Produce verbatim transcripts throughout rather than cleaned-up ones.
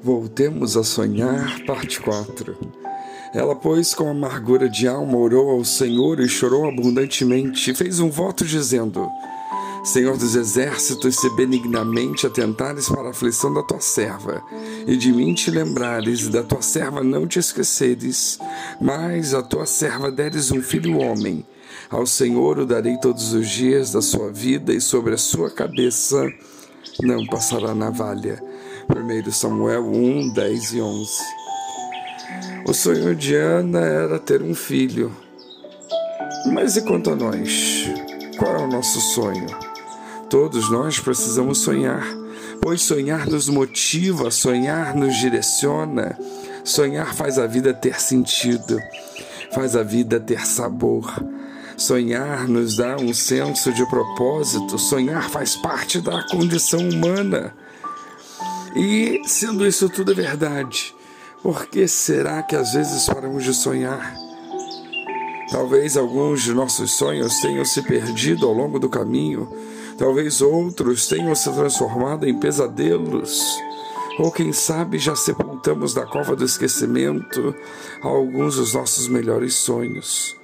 Voltemos a sonhar, parte quatro. Ela, pois, com amargura de alma, orou ao Senhor e chorou abundantemente, e fez um voto dizendo: Senhor dos exércitos, se benignamente atentares para a aflição da tua serva, e de mim te lembrares, e da tua serva não te esqueceres, mas a tua serva deres um filho homem, ao Senhor o darei todos os dias da sua vida, e sobre a sua cabeça não passará navalha. primeiro Samuel um, dez e onze. O sonho de Ana era ter um filho. Mas e quanto a nós? Qual é o nosso sonho? Todos nós precisamos sonhar, pois sonhar nos motiva, sonhar nos direciona. Sonhar faz a vida ter sentido, faz a vida ter sabor. Sonhar nos dá um senso de propósito, sonhar faz parte da condição humana. E, sendo isso tudo verdade, por que será que às vezes paramos de sonhar? Talvez alguns de nossos sonhos tenham se perdido ao longo do caminho, talvez outros tenham se transformado em pesadelos, ou quem sabe já sepultamos na cova do esquecimento alguns dos nossos melhores sonhos.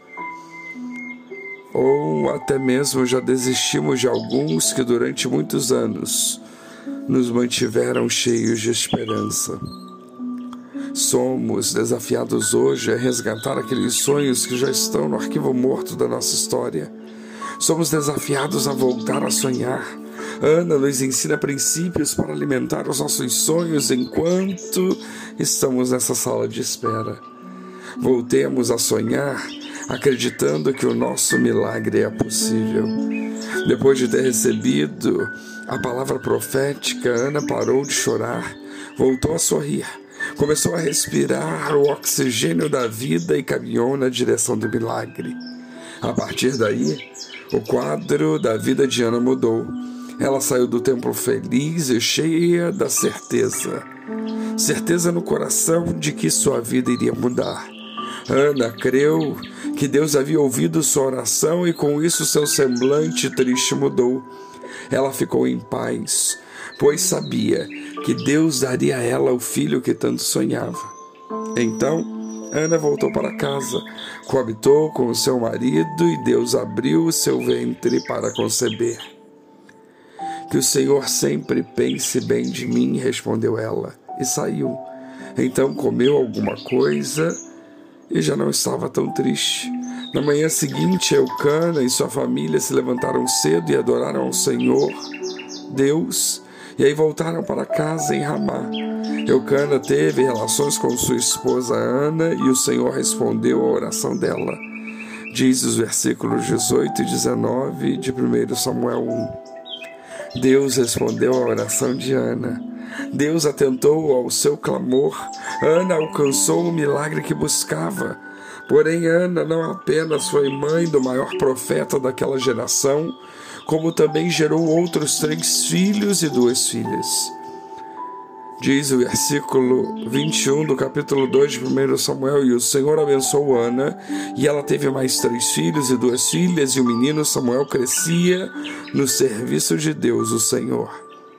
Ou até mesmo já desistimos de alguns que durante muitos anos nos mantiveram cheios de esperança. Somos desafiados hoje a resgatar aqueles sonhos que já estão no arquivo morto da nossa história. Somos desafiados a voltar a sonhar. Ana nos ensina princípios para alimentar os nossos sonhos enquanto estamos nessa sala de espera. Voltemos a sonhar, acreditando que o nosso milagre é possível. Depois de ter recebido a palavra profética, Ana parou de chorar, voltou a sorrir, começou a respirar o oxigênio da vida e caminhou na direção do milagre. A partir daí, o quadro da vida de Ana mudou. Ela saiu do templo feliz e cheia da certeza. Certeza no coração de que sua vida iria mudar. Ana creu que Deus havia ouvido sua oração e com isso seu semblante triste mudou. Ela ficou em paz, pois sabia que Deus daria a ela o filho que tanto sonhava. Então, Ana voltou para casa, coabitou com o seu marido e Deus abriu o seu ventre para conceber. Que o Senhor sempre pense bem de mim, respondeu ela, e saiu. Então comeu alguma coisa e já não estava tão triste. Na manhã seguinte, Eucana e sua família se levantaram cedo e adoraram ao Senhor, Deus, e aí voltaram para casa em Ramá. Eucana teve relações com sua esposa Ana e o Senhor respondeu à oração dela. Diz os versículos dezoito e dezenove de primeiro Samuel um. Deus respondeu à oração de Ana. Deus atentou ao seu clamor. Ana alcançou o milagre que buscava. Porém, Ana não apenas foi mãe do maior profeta daquela geração, como também gerou outros três filhos e duas filhas. Diz o versículo vinte e um do capítulo dois de primeiro Samuel: E o Senhor abençoou Ana, e ela teve mais três filhos e duas filhas, e o menino Samuel crescia no serviço de Deus, o Senhor.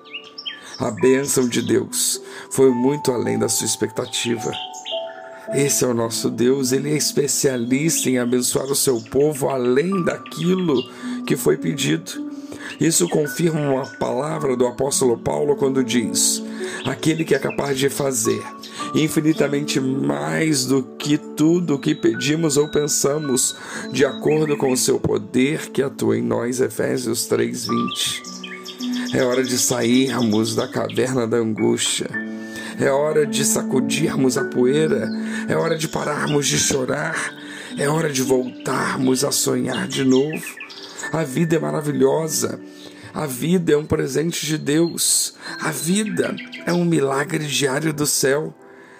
A bênção de Deus foi muito além da sua expectativa. Esse é o nosso Deus, Ele é especialista em abençoar o seu povo além daquilo que foi pedido. Isso confirma uma palavra do apóstolo Paulo quando diz: aquele que é capaz de fazer infinitamente mais do que tudo o que pedimos ou pensamos, de acordo com o seu poder que atua em nós. Efésios três, vinte. É hora de sairmos da caverna da angústia. É hora de sacudirmos a poeira. É hora de pararmos de chorar. É hora de voltarmos a sonhar de novo. A vida é maravilhosa. A vida é um presente de Deus. A vida é um milagre diário do céu.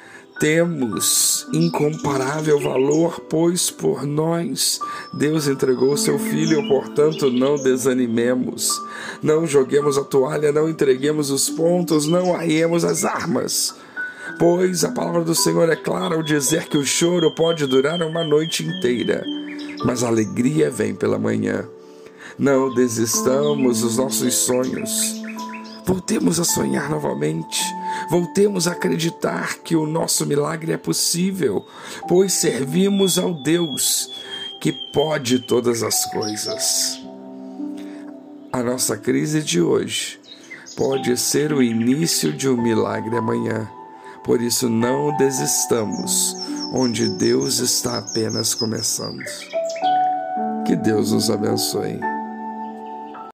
Temos incomparável valor, pois por nós Deus entregou seu Filho, portanto não desanimemos. Não joguemos a toalha, não entreguemos os pontos, não arriemos as armas. Pois a palavra do Senhor é clara ao dizer que o choro pode durar uma noite inteira, mas a alegria vem pela manhã. Não desistamos dos nossos sonhos. Voltemos a sonhar novamente. Voltemos a acreditar que o nosso milagre é possível, pois servimos ao Deus que pode todas as coisas. A nossa crise de hoje pode ser o início de um milagre amanhã. Por isso, não desistamos, onde Deus está apenas começando. Que Deus nos abençoe.